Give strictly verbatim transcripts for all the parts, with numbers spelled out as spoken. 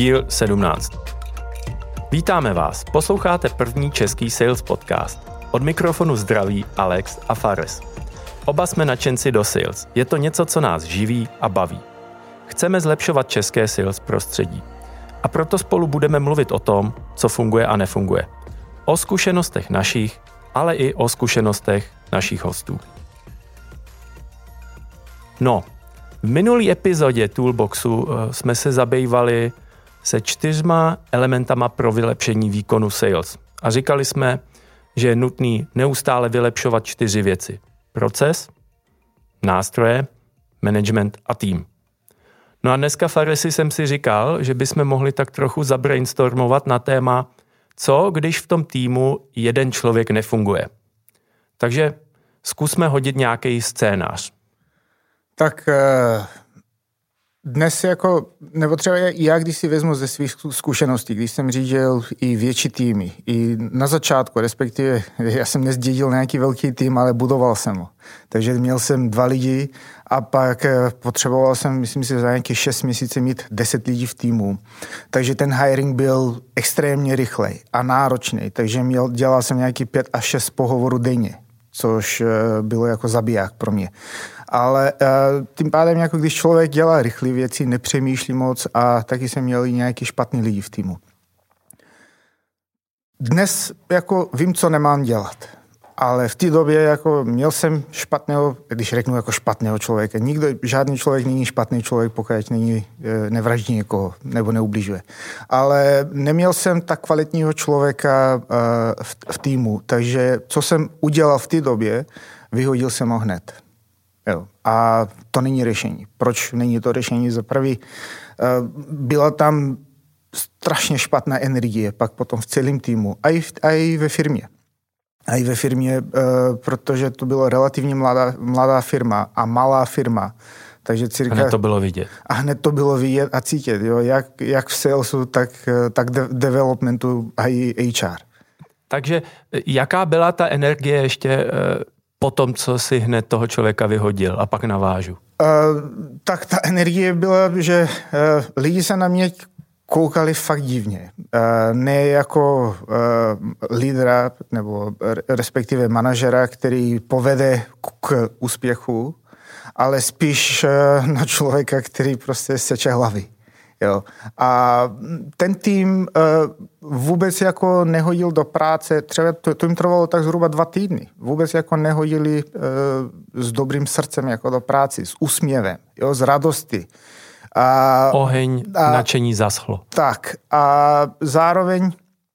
díl sedmnáct. Vítáme vás, posloucháte první český sales podcast. Od mikrofonu zdraví Alex a Fares. Oba jsme nadšenci do sales. Je to něco, co nás živí a baví. Chceme zlepšovat české sales prostředí. A proto spolu budeme mluvit o tom, co funguje a nefunguje. O zkušenostech našich, ale i o zkušenostech našich hostů. No, v minulý epizodě Toolboxu jsme se zabývali se čtyřma elementama pro vylepšení výkonu sales. A říkali jsme, že je nutný neustále vylepšovat čtyři věci. Proces, nástroje, management a tým. No a dneska, Faresi, jsem si říkal, že bychom mohli tak trochu zabrainstormovat na téma, co když v tom týmu jeden člověk nefunguje. Takže zkusme hodit nějaký scénář. Tak dnes jako, nebo třeba já, když si vezmu ze svých zkušeností, když jsem řídil i větší týmy, i na začátku, respektive já jsem nezdědil nějaký velký tým, ale budoval jsem ho. Takže měl jsem dva lidi a pak potřeboval jsem, myslím si, za nějakých šest měsíců mít deset lidí v týmu. Takže ten hiring byl extrémně rychlej a náročný, takže měl, dělal jsem nějaký pět až šest pohovorů denně, což bylo jako zabiják pro mě. Ale uh, tím pádem, jako když člověk dělá rychlé věci, nepřemýšlí moc a taky jsem měl i nějaký špatný lidi v týmu. Dnes jako vím, co nemám dělat, ale v té době jako měl jsem špatného, když řeknu jako špatného člověka. Nikdo, žádný člověk není špatný člověk, pokud není, nevraždí někoho nebo neubližuje. Ale neměl jsem tak kvalitního člověka uh, v, v týmu, takže co jsem udělal v té době, vyhodil jsem ho hned. Jo. A to není řešení. Proč není to řešení? Za prvý, byla tam strašně špatná energie pak potom v celém týmu, a i, v, a i ve firmě. A i ve firmě, protože to byla relativně mladá, mladá firma a malá firma. Takže cirka, hned to bylo vidět. A hned to bylo vidět a cítit. Jo? Jak, jak v salesu, tak, tak de- developmentu a i H R. Takže jaká byla ta energie ještě po tom, co si hned toho člověka vyhodil, a pak navážu? Uh, tak ta energie byla, že uh, lidi se na mě koukali fakt divně. Uh, ne jako uh, lídra nebo respektive manažera, který povede k úspěchu, ale spíš uh, na člověka, který prostě seče hlavy. Jo. A ten tým uh, vůbec jako nehodil do práce, třeba to, to jim trvalo tak zhruba dva týdny. Vůbec jako nehodili uh, s dobrým srdcem jako do práce, s úsměvem, jo, s radostí. A, Oheň, a, nadšení zaschlo. Tak a zároveň uh,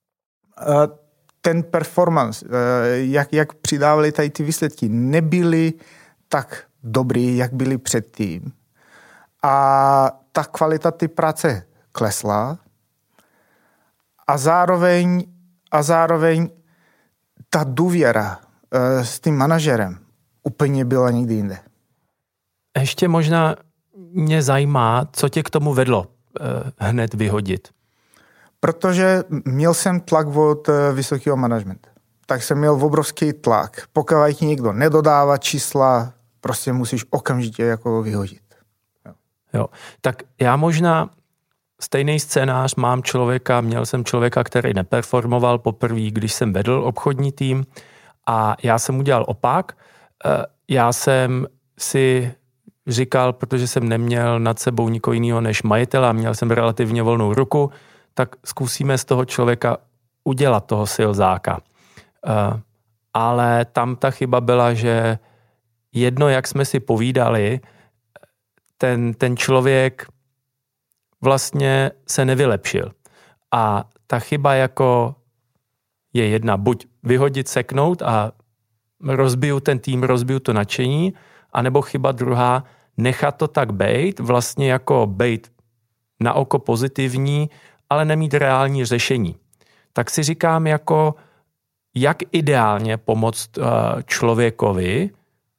ten performance, uh, jak, jak přidávali tady ty výsledky, nebyly tak dobrý, jak byly předtím. A ta kvalita ty práce klesla a zároveň, a zároveň ta důvěra uh, s tím manažerem úplně byla někdy jinde. Ještě možná mě zajímá, co tě k tomu vedlo uh, hned vyhodit. Protože měl jsem tlak od uh, vysokého managementu. Tak jsem měl obrovský tlak. Pokud ti někdo nedodává čísla, prostě musíš okamžitě jako vyhodit. Jo, tak já možná stejný scénář mám člověka, měl jsem člověka, který neperformoval poprvé, když jsem vedl obchodní tým, a já jsem udělal opak. Já jsem si říkal, protože jsem neměl nad sebou nikoho jiného než majitele a měl jsem relativně volnou ruku, tak zkusíme z toho člověka udělat toho salesáka. Ale tam ta chyba byla, že jedno, jak jsme si povídali, Ten, ten člověk vlastně se nevylepšil. A ta chyba jako je jedna, buď vyhodit, seknout a rozbiju ten tým, rozbiju to nadšení, anebo chyba druhá, nechat to tak bejt, vlastně jako bejt na oko pozitivní, ale nemít reální řešení. Tak si říkám, jako jak ideálně pomoct člověkovi,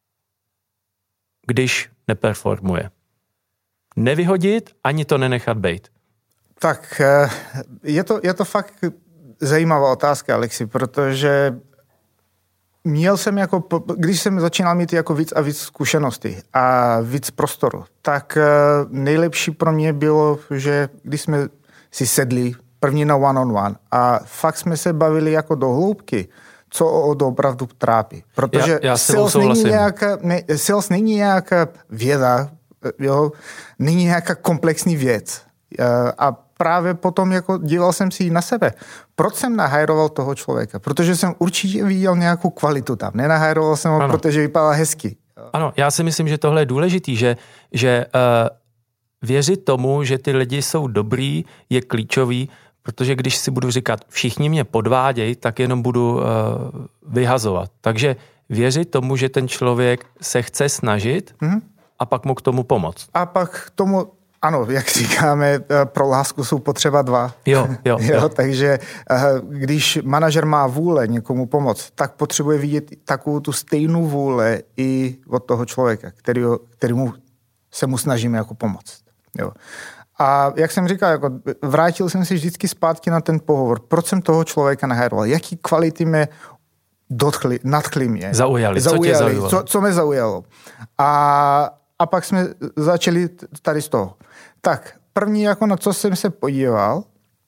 když neperformuje. Nevyhodit, ani to nenechat bejt. Tak je to, je to fakt zajímavá otázka, Alexi, protože měl jsem jako, když jsem začínal mít jako víc a víc zkušeností a víc prostoru, tak nejlepší pro mě bylo, že když jsme si sedli první na one-on-one a fakt jsme se bavili jako do hloubky, co ho opravdu trápí. Protože já, já sales, není nějaká, ne, sales není nějaká věda, jo, není nějaká komplexní věc. A právě potom jako díval jsem si na sebe. Proč jsem nahajroval toho člověka? Protože jsem určitě viděl nějakou kvalitu tam. Nenahajroval jsem ho, ano. protože vypadal hezky. Ano, já si myslím, že tohle je důležitý, že, že uh, věřit tomu, že ty lidi jsou dobrý, je klíčový, protože když si budu říkat, všichni mě podvádějí, tak jenom budu uh, vyhazovat. Takže věřit tomu, že ten člověk se chce snažit mm-hmm. a pak mu k tomu pomoct. A pak k tomu, ano, jak říkáme, pro lásku jsou potřeba dva. Jo, jo, jo. jo takže když manažer má vůle někomu pomoct, tak potřebuje vidět takovou tu stejnou vůle i od toho člověka, který, kterému se mu snažíme jako pomoct. Jo. A jak jsem říkal, jako vrátil jsem se vždycky zpátky na ten pohovor. Proč jsem toho člověka nahajroval? Jaký kvality mě dotkli, nadchli mě? Zaujali. zaujali. Co tě zaujalo? Co, co mě zaujalo? A, a pak jsme začali tady z toho. Tak, první, jako na co jsem se podíval,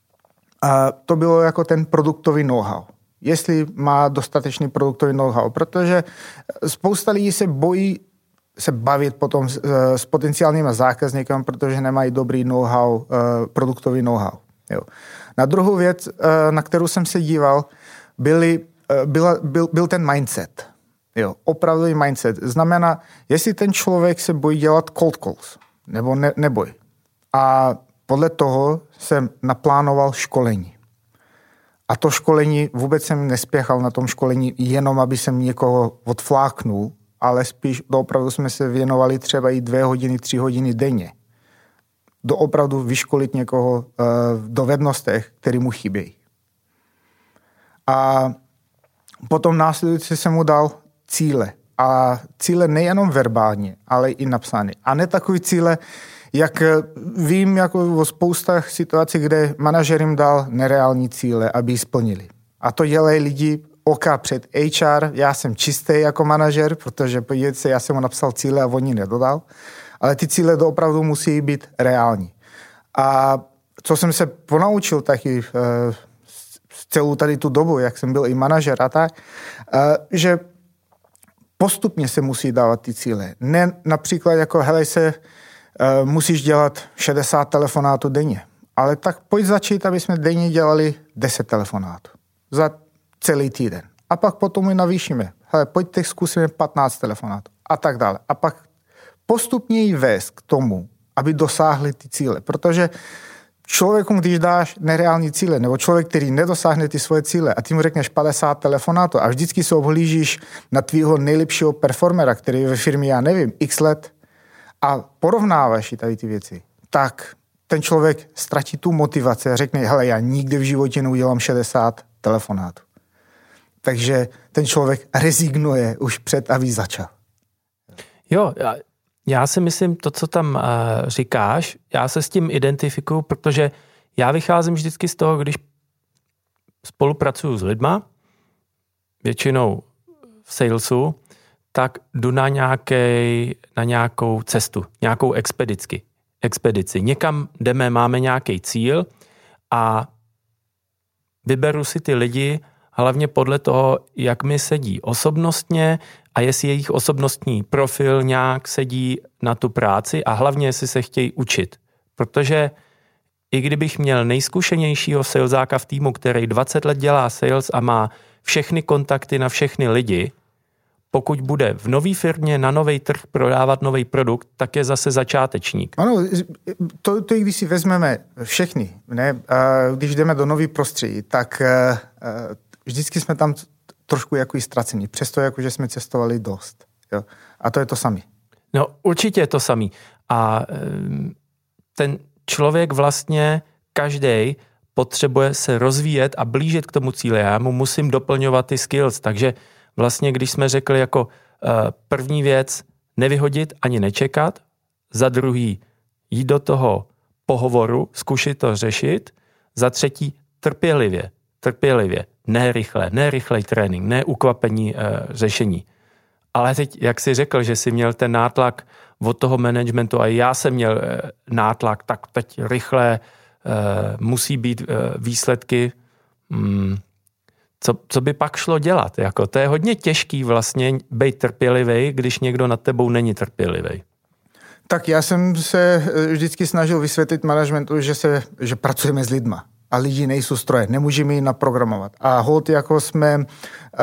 a to bylo jako ten produktový know-how. Jestli má dostatečný produktový know-how, protože spousta lidí se bojí se bavit potom s, s potenciálními zákazníky, protože nemají dobrý know-how, produktový know-how. Jo. Na druhou věc, na kterou jsem se díval, byly, byla, byl, byl ten mindset. Jo, opravdový mindset. Znamená, jestli ten člověk se bojí dělat cold calls, nebo ne, nebojí. A podle toho jsem naplánoval školení. A to školení, vůbec jsem nespěchal na tom školení, jenom aby jsem někoho odfláknul, ale spíš doopravdu jsme se věnovali třeba i dvě hodiny, tři hodiny denně. Doopravdu vyškolit někoho uh, v dovednostech, které mu chybějí. A potom následující jsem mu dal cíle. A cíle nejenom verbálně, ale i napsané. A ne takový cíle, jak vím jako o spoustách situací, kde manažer jim dal nereální cíle, aby ji splnili. A to dělají lidi oka před H R. Já jsem čistý jako manažer, protože podívejte se, já jsem mu napsal cíle a on ji nedodal. Ale ty cíle opravdu musí být reální. A co jsem se ponaučil taky uh, celou tady tu dobu, jak jsem byl i manažer a tak, uh, že postupně se musí dávat ty cíle. Ne například jako, hele se, uh, musíš dělat šedesát telefonátů denně. Ale tak pojď začít, aby jsme denně dělali deset telefonátů. Za celý týden. A pak potom ji navýšíme. Hele, pojďte zkusíme patnáct telefonátů. A tak dále. A pak postupně ji vést k tomu, aby dosáhli ty cíle. Protože člověku, když dáš nereální cíle, nebo člověk, který nedosáhne ty svoje cíle a ty mu řekneš padesát telefonátů a vždycky se obhlížíš na tvýho nejlepšího performera, který je ve firmě, já nevím, x let a porovnáváš i tady ty věci, tak ten člověk ztratí tu motivaci a řekne, hele, já nikdy v životě neudělám šedesát telefonátů. Takže ten člověk rezignuje už před, aby začal. Jo, já, já si myslím, to, co tam uh, říkáš, já se s tím identifikuju, protože já vycházím vždycky z toho, když spolupracuju s lidma, většinou v salesu, tak jdu na, nějakej, na nějakou cestu, nějakou expedici. expedici. Někam jdeme, máme nějaký cíl a vyberu si ty lidi hlavně podle toho, jak mi sedí osobnostně a jestli jejich osobnostní profil nějak sedí na tu práci a hlavně, jestli se chtějí učit. Protože i kdybych měl nejzkušenějšího salesáka v týmu, který dvacet let dělá sales a má všechny kontakty na všechny lidi, pokud bude v nové firmě na nový trh prodávat nový produkt, tak je zase začátečník. Ano, to, to i když si vezmeme všechny, ne? Když jdeme do nový prostředí, tak vždycky jsme tam trošku jako i ztracení, přesto jako, že jsme cestovali dost. Jo? A to je to samé. No určitě je to samý. A ten člověk vlastně každý potřebuje se rozvíjet a blížit k tomu cíli. Já mu musím doplňovat ty skills, takže vlastně, když jsme řekli jako uh, první věc, nevyhodit ani nečekat, za druhý jít do toho pohovoru, zkusit to řešit, za třetí trpělivě, trpělivě, ne rychle, ne rychlej trénink, ne ukvapení uh, řešení. Ale teď, jak jsi řekl, že jsi měl ten nátlak od toho managementu a já jsem měl uh, nátlak, tak teď rychle musí být výsledky. Co, co by pak šlo dělat? Jako, to je hodně těžký vlastně být trpělivý, když někdo nad tebou není trpělivý. Tak já jsem se vždycky snažil vysvětlit managementu, že, se, že pracujeme s lidma. A lidi nejsou stroje, nemůžeme ji naprogramovat. A holt jako jsme uh,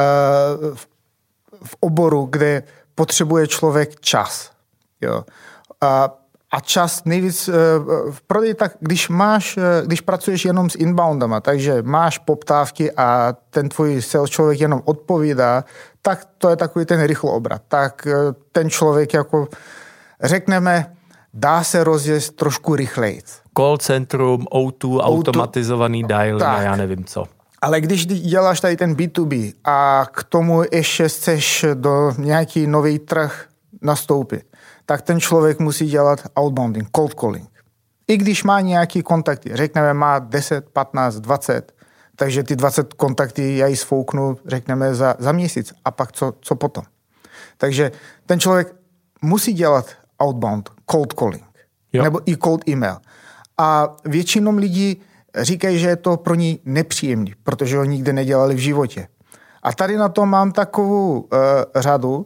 v, v oboru, kde potřebuje člověk čas. Jo. A, a čas nejvíc uh, v prodeji, tak když máš, uh, když pracuješ jenom s inboundama, takže máš poptávky a ten tvůj sales člověk jenom odpovídá, tak to je takový ten rychlý obrat. Tak uh, ten člověk jako řekneme, dá se rozjet trošku rychleji. Call centrum, ó dva, automatizovaný dial, a já nevím co. Ale když děláš tady ten bé dvě bé a k tomu ještě chceš do nějaký nový trh nastoupit, tak ten člověk musí dělat outbounding, cold calling. I když má nějaký kontakty, řekneme má deset, patnáct, dvacet, takže ty dvacet kontakty já ji sfouknu, řekneme za, za měsíc a pak co, co potom. Takže ten člověk musí dělat outbound, cold calling, jo. Nebo i cold email. A většinou lidí říkají, že je to pro ní nepříjemný, protože ho nikdy nedělali v životě. A tady na to mám takovou uh, řadu,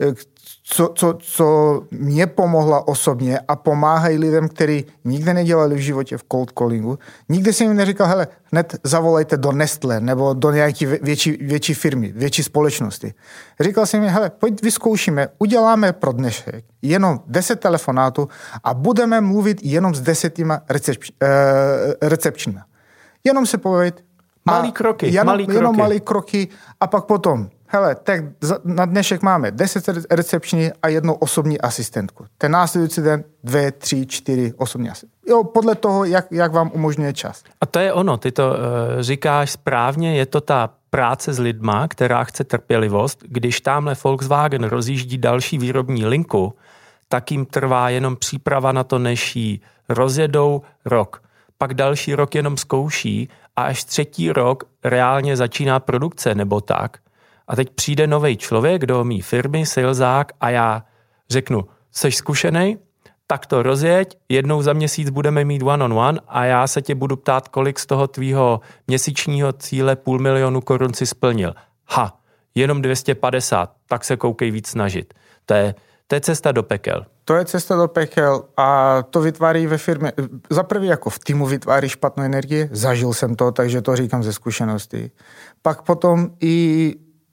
co, co, co mě pomohla osobně a pomáhají lidem, kteří nikdy nedělali v životě v cold callingu. Nikdy jsem jim neříkal, hele, hned zavolejte do Nestlé nebo do nějaké větší, větší firmy, větší společnosti. Říkal jsem jim, hele, pojď vyzkoušíme, uděláme pro dnešek jenom deset telefonátů a budeme mluvit jenom s desetima recepč, uh, recepčními. Jenom se povědět. Malý kroky, jenom, malý kroky. Jenom malý kroky a pak potom. Hele, tak na dnešek máme deset recepční a jednu osobní asistentku. Ten následující den dvě, tři, čtyři osobní asistentky. Jo, podle toho, jak, jak vám umožňuje čas. A to je ono, ty to uh, říkáš správně, je to ta práce s lidma, která chce trpělivost. Když tamhle Volkswagen rozjíždí další výrobní linku, tak jim trvá jenom příprava na to, než ji rozjedou rok. Pak další rok jenom zkouší a až třetí rok reálně začíná produkce nebo tak. A teď přijde nový člověk do mý firmy, salesák, a já řeknu, seš zkušenej, tak to rozjeď, jednou za měsíc budeme mít one on one a já se tě budu ptát, kolik z toho tvýho měsíčního cíle půl milionu korun si splnil. Ha, jenom dvě stě padesát, tak se koukej víc snažit. To je, to je cesta do pekel. To je cesta do pekel a to vytváří ve firmě. Za prvý jako v týmu vytváří špatnou energii, zažil jsem to, takže to říkám ze zkušenosti. Pak potom i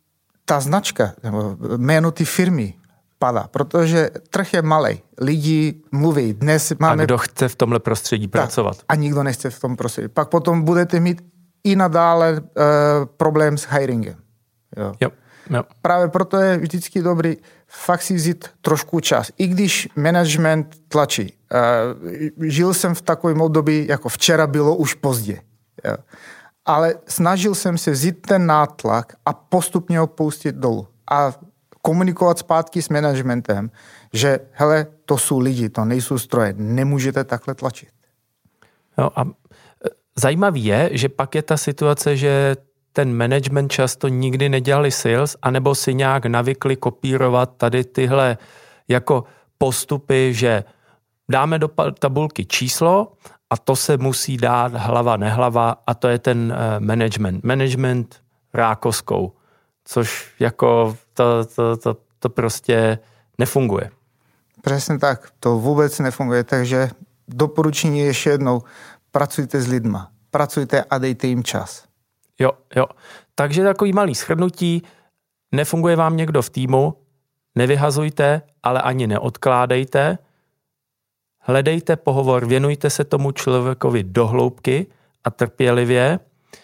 ta značka, nebo jméno ty firmy padá, protože trh je malej. Lidi mluví. Dnes máme... A kdo chce v tomhle prostředí tak, pracovat? A nikdo nechce v tom prostředí. Pak potom budete mít i nadále uh, problém s hiringem. Jo. Jo, jo. Právě proto je vždycky dobrý fakt si vzít trošku čas. I když management tlačí. Uh, žil jsem v takovém období, jako včera bylo už pozdě. Jo. Ale snažil jsem se vzít ten nátlak a postupně ho pustit dolů. A komunikovat zpátky s managementem, že hele, to jsou lidi, to nejsou stroje, nemůžete takhle tlačit. No a zajímavý je, že pak je ta situace, že ten management často nikdy nedělali sales, anebo si nějak navykli kopírovat tady tyhle jako postupy, že dáme do tabulky číslo a to se musí dát hlava nehlava a to je ten management. Management rákoskou, což jako to, to, to, to prostě nefunguje. Přesně tak, to vůbec nefunguje, takže doporučení ještě jednou, pracujte s lidma, pracujte a dejte jim čas. Jo, jo. Takže takový malý shrnutí, nefunguje vám někdo v týmu, nevyhazujte, ale ani neodkládejte, hledejte pohovor, věnujte se tomu člověkovi do hloubky a trpělivě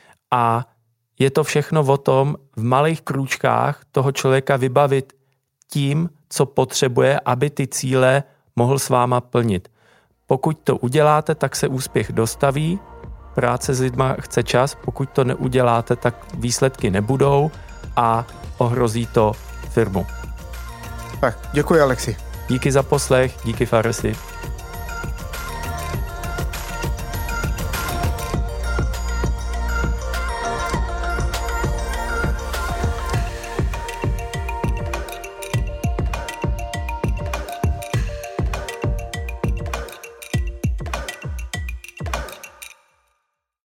a je to všechno o tom v malých krůčkách toho člověka vybavit tím, co potřebuje, aby ty cíle mohl s váma plnit. Pokud to uděláte, tak se úspěch dostaví, práce s lidma chce čas, pokud to neuděláte, tak výsledky nebudou a ohrozí to firmu. Tak, děkuji Alexi. Díky za poslech, díky Faresi.